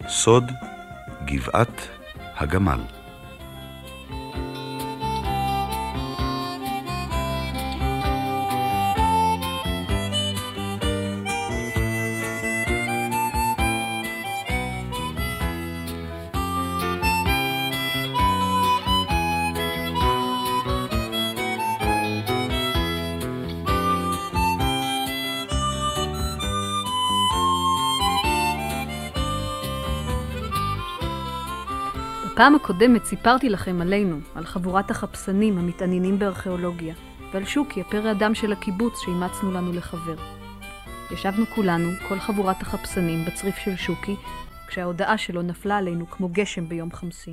סוד גבעת הגמל. בפעם הקודמת סיפרתי לכם עלינו, על חבורת החפשנים המתעניינים בארכיאולוגיה, ועל שוקי, הפרא אדם של הקיבוץ שאימצנו לנו לחבר. ישבנו כולנו, כל חבורת החפשנים, בצריף של שוקי, כשההודעה שלו נפלה עלינו כמו גשם ביום חמסין.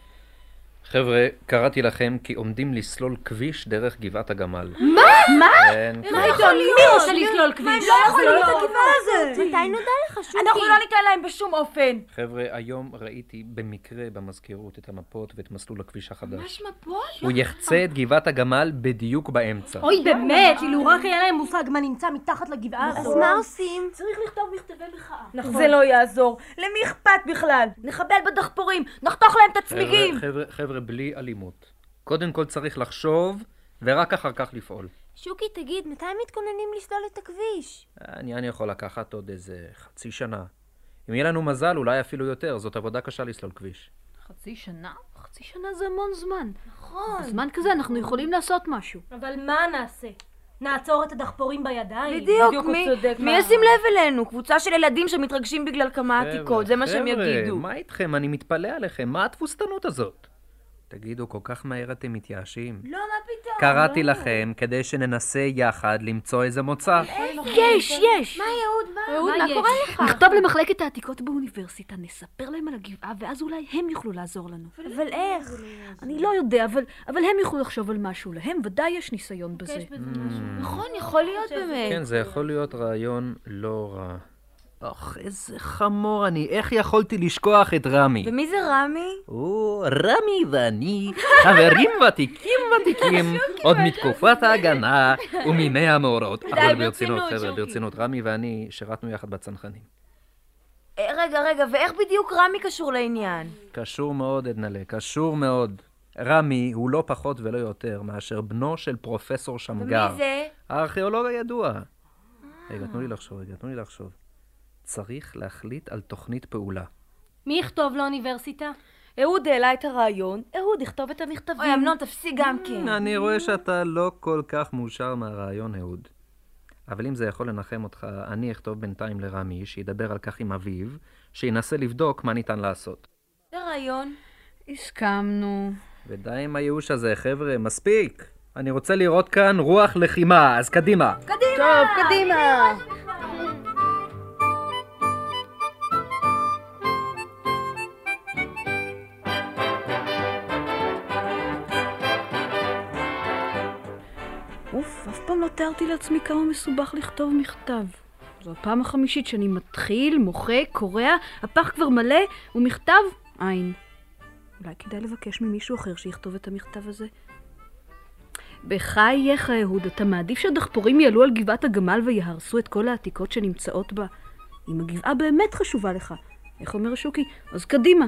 חבר'ה, קראתי לכם כי עומדים לסלול כביש דרך גבעת הגמל. מה? כן. מה איתו? מי רוצה לסלול כביש? לא יכול להיות הגבעה הזה. מתי נודע לך, שוקי? אנחנו לא ניתן להם בשום אופן. חבר'ה, היום ראיתי במקרה במזכירות את המפות ואת מסלול הכביש החדש. ממש מפות? הוא יחצה את גבעת הגמל בדיוק באמצע. אוי, באמת, כאילו רק היה להם מושג מה נמצא מתחת לגבעה הזאת. אז מה עושים? צריך לכתוב מכתבי מחאה. זה לא יעזור. למי אכפת בכלל? נחבל בדחפורים, נחתוך להם את הצמיגים. חבר'ה, בלי אלימות. קודם כל צריך לחשוב, ורק אחר כך לפעול. שוקי, תגיד, מתי הם מתכוננים לסלול את הכביש? אני יכול לקחת עוד איזה חצי שנה. אם יהיה לנו מזל, אולי אפילו יותר. זאת עבודה קשה לסלול כביש. חצי שנה? חצי שנה זה המון זמן. נכון. בזמן כזה אנחנו יכולים לעשות משהו. אבל מה נעשה? נעצור את הדחפורים בידיים? בדיוק, מי ישים לב אלינו? קבוצה של ילדים שמתרגשים בגלל כמה עתיקות, זה מה שהם יגידו. חבר'ה, מה איתכם? אני מתפלא עליכם. מה התבוסתנות הזאת? תגידו, כל כך מהר אתם מתייאשים? לא, מה פתאום? קראתי לכם כדי שננסה יחד למצוא איזה מוצא. יש. מה יהוד? אהוד, מה קורה לך? נכתוב למחלקת העתיקות באוניברסיטה, נספר להם על הגבעה, ואז אולי הם יוכלו לעזור לנו. אבל איך? אני לא יודע, אבל הם יוכלו לחשוב על משהו. להם ודאי יש ניסיון בזה. נכון, יכול להיות באמת. כן, זה יכול להיות רעיון לא רע. איזה חמור אני, איך יכולתי לשכוח את רמי? ומי זה רמי? רמי ואני חברים ותיקים עוד מתקופת ההגנה ומימי המאורעות. אבל ברצינות, חבר'ה, ברצינות, רמי ואני שירתנו יחד בצנחנים. רגע, ואיך בדיוק רמי קשור לעניין? קשור מאוד, עדנאלה, קשור מאוד. רמי הוא לא פחות ולא יותר מאשר בנו של פרופסור שמגר. ומי זה? הארכיאולוג הידוע. רגע, תנו לי לחשוב. צריך להחליט על תוכנית פעולה. מי יכתוב לאוניברסיטה? אהוד העלה את הרעיון, אהוד יכתוב את המכתבים. אוי, אמנון, תפסיק גם כן. אני רואה שאתה לא כל כך מאושר מהרעיון, אהוד. אבל אם זה יכול לנחם אותך, אני אכתוב בינתיים לרמי, שידבר על כך עם אביו, שינסה לבדוק מה ניתן לעשות. זה רעיון. הסכמנו. ודי עם הייאוש הזה, חבר'ה, מספיק. אני רוצה לראות כאן רוח לחימה, אז קדימה. טוב, קדימה. אף פעם לא תיארתי לעצמי כמה מסובך לכתוב מכתב. זו הפעם החמישית שאני מתחיל, מוחק, קורא, הפח כבר מלא, ומכתב אין. אולי כדאי לבקש ממישהו אחר שיכתוב את המכתב הזה. בחייך, אהוד, אתה מעדיף שהדחפורים יעלו על גבעת הגמל ויהרסו את כל העתיקות שנמצאות בה. אם הגבעה באמת חשובה לך, איך אומר שוקי? אז קדימה.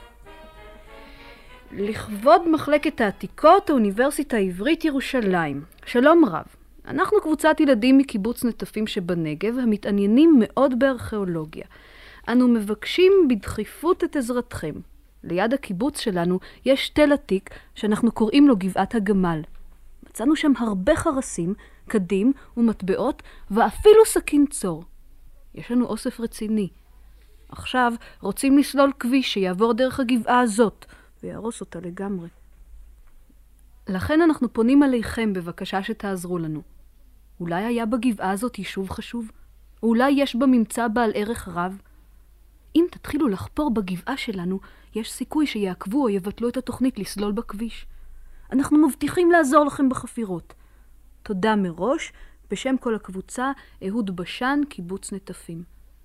לכבוד מחלקת העתיקות, האוניברסיטה העברית ירושלים. שלום רב. אנחנו קבוצת ילדים מקיבוץ נטפים שבנגב, המתעניינים מאוד בארכיאולוגיה. אנו מבקשים בדחיפות את עזרתכם. ליד הקיבוץ שלנו יש תל עתיק שאנחנו קוראים לו גבעת הגמל. מצאנו שם הרבה חרסים, קדים ומטבעות ואפילו סכין צור. יש לנו אוסף רציני. עכשיו רוצים לסלול כביש שיעבור דרך הגבעה הזאת ויהרוס אותה לגמרי. לכן אנחנו פונים עליכם בבקשה שתעזרו לנו. אולי היה בגבעה הזאת יישוב חשוב? או אולי יש בה ממצא בעל ערך רב? אם תתחילו לחפור בגבעה שלנו, יש סיכוי שיעקבו או יבטלו את התוכנית לסלול בכביש. אנחנו מבטיחים לעזור לכם בחפירות. תודה מראש, בשם כל הקבוצה, אהוד בשן, קיבוץ נטפים.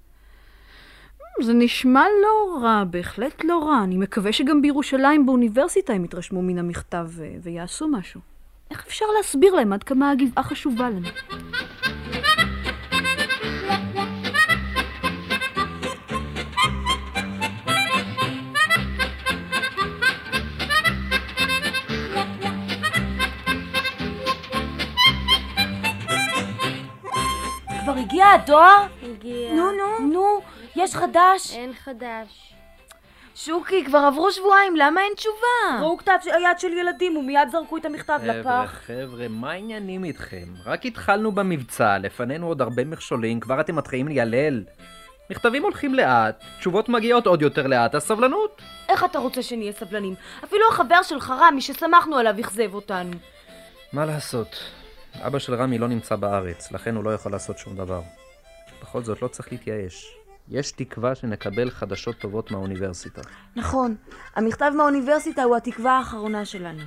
זה נשמע לא רע, בהחלט לא רע. אני מקווה שגם בירושלים באוניברסיטה הם יתרשמו מן המכתב ויעשו משהו. איך אפשר להסביר להם עד כמה הגבעה חשובה לנו? הדואר? הגיע. נו, יש חדש? אין חדש. שוקי, כבר עברו שבועיים, למה אין תשובה? ראו כתב היד של ילדים ומיד זרקו את המכתב לפח. חבר'ה, מה העניינים איתכם? רק התחלנו במבצע, לפנינו עוד הרבה מכשולים, כבר אתם מתחילים לילל. מכתבים הולכים לאט, תשובות מגיעות עוד יותר לאט, אז סבלנות. איך אתה רוצה שנהיה סבלנים? אפילו החבר שלך רמי ששמחנו עליו אכזב אותנו. מה לעשות? אבא של רמי לא נמצא בארץ, לכן הוא לא יכול לעשות שום דבר. בכל זאת לא צריך להתייאש. יש תקווה שנקבל חדשות טובות מהאוניברסיטה. נכון, המכתב מהאוניברסיטה הוא התקווה האחרונה שלנו.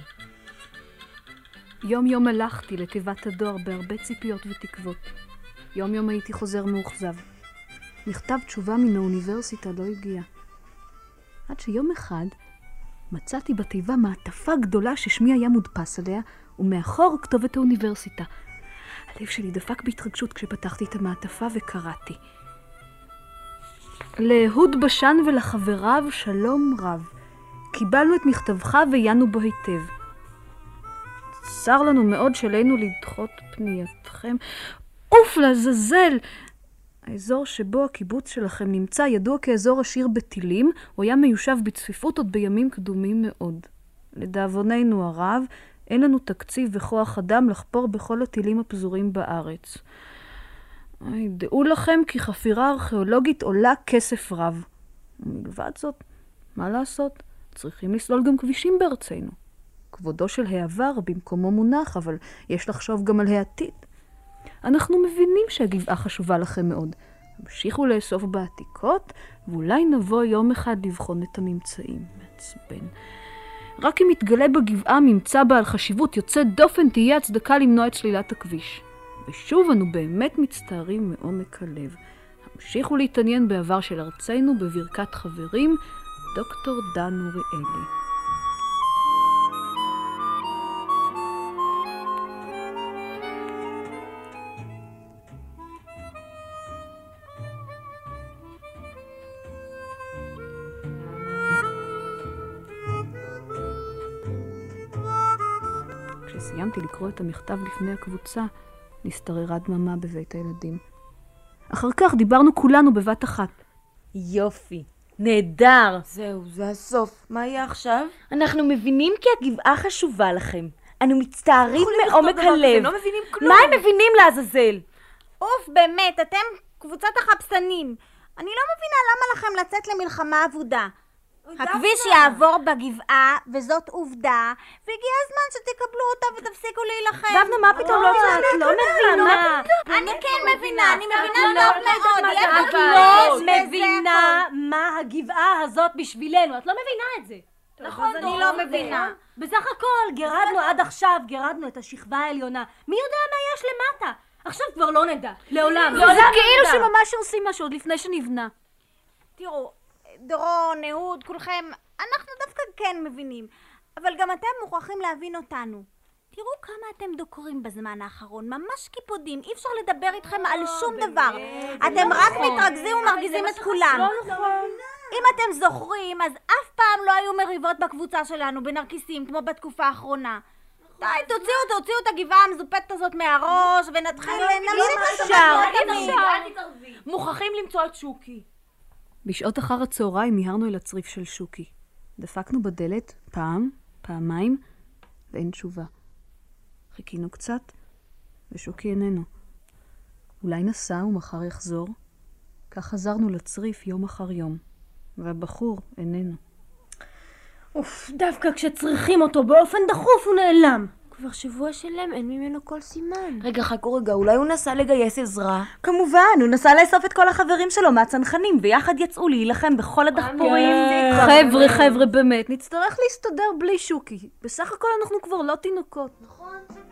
יום יום הלכתי לתיבת הדואר בהרבה ציפיות ותקוות. יום יום הייתי חוזר מאוכזב. מכתב תשובה מן האוניברסיטה לא הגיע. עד שיום אחד מצאתי בתיבה מעטפה גדולה ששמי היה מודפס עליה, ומאחור כתובת האוניברסיטה. הלב שלי דפק בהתרגשות כשפתחתי את המעטפה וקראתי. לאהוד בשן ולחבריו שלום רב. קיבלנו את מכתבך ועיינו בו היטב. צר לנו מאוד שלנו לדחות פנייתכם. אוף לעזאזל! האזור שבו הקיבוץ שלכם נמצא ידוע כאזור עשיר בטילים, הוא היה מיושב בצפיפות עוד בימים קדומים מאוד. לדאבוננו הרב, אין לנו תקציב וכוח אדם לחפור בכל הטילים הפזורים בארץ. דעו לכם כי חפירה ארכיאולוגית עולה כסף רב. ומלבד זאת, מה לעשות? צריכים לסלול גם כבישים בארצנו. כבודו של העבר במקומו מונח, אבל יש לחשוב גם על העתיד. אנחנו מבינים שהגבעה חשובה לכם מאוד. המשיכו לאסוף בעתיקות, ואולי נבוא יום אחד לבחון את הממצאים. מעצבן. רק אם יתגלה בגבעה ממצא בעל חשיבות יוצא דופן תהיה הצדקה למנוע את סלילת הכביש. ושוב אנו באמת מצטערים מעומק הלב. המשיכו להתעניין בעבר של ארצנו בברכת חברים, דוקטור דן אוריאלי. כשסיימתי לקרוא את המכתב לפני הקבוצה, נסתררה דממה בבית הילדים. אחר כך דיברנו כולנו בבת אחת. יופי, נהדר. זהו, זה הסוף. מה יהיה עכשיו? אנחנו מבינים כי הגבעה חשובה לכם. אנו מצטערים מעומק הלב. הם לא מבינים כלום. מה הם מבינים לעזאזל? אוף, באמת, אתם קבוצת החפסנים. אני לא מבינה למה לכם לצאת למלחמה אבודה. הכביש יעבור בגבעה, וזאת עובדה, והגיע הזמן שתקבלו אותה ותפסיקו להילחם. דבנה, מה פתאום לא צעק? לא מבינה. אני כן מבינה, אני מבינה טוב מאוד. את לא מבינה מה הגבעה הזאת בשבילנו. את לא מבינה את זה. נכון, אני לא מבינה. בסך הכל, גרדנו עד עכשיו, גרדנו את השכבה העליונה. מי יודע מה יש למטה? עכשיו כבר לא נדע. לעולם. זה כאילו שממש עושים משהו עוד לפני שנבנה. תראו, דורון, אהוד, כולכם, אנחנו דווקא כן מבינים, אבל גם אתם מוכרחים להבין אותנו. תראו כמה אתם דוקרים בזמן האחרון, ממש קיפודים, אי אפשר לדבר איתכם על שום דבר. אתם רק מתרכזים ומרגיזים את כולם. אם אתם זוכרים, אז אף פעם לא היו מריבות בקבוצה שלנו בנרקיסים, כמו בתקופה האחרונה. די, תוציאו את הגבעה המזופתת הזאת מהראש, ונתחיל נמשיך את אפשר. מוכרחים למצוא את שוקי. בשעות אחר הצהריים מיהרנו אל הצריף של שוקי. דפקנו בדלת פעם, פעמיים, ואין תשובה. חיכינו קצת, ושוקי איננו. אולי נסע ומחר יחזור? כך חזרנו לצריף יום אחר יום, והבחור איננו. אוף, דווקא כשצריכים אותו באופן דחוף הוא נעלם. כבר שבוע שלם אין ממנו כל סימן. רגע, חכו רגע, אולי הוא נסע לגייס עזרה? כמובן, הוא נסע לאסוף את כל החברים שלו מהצנחנים, ויחד יצאו להילחם בכל הדחפורים. חבר'ה, באמת, נצטרך להסתדר בלי שוקי. בסך הכל אנחנו כבר לא תינוקות. נכון.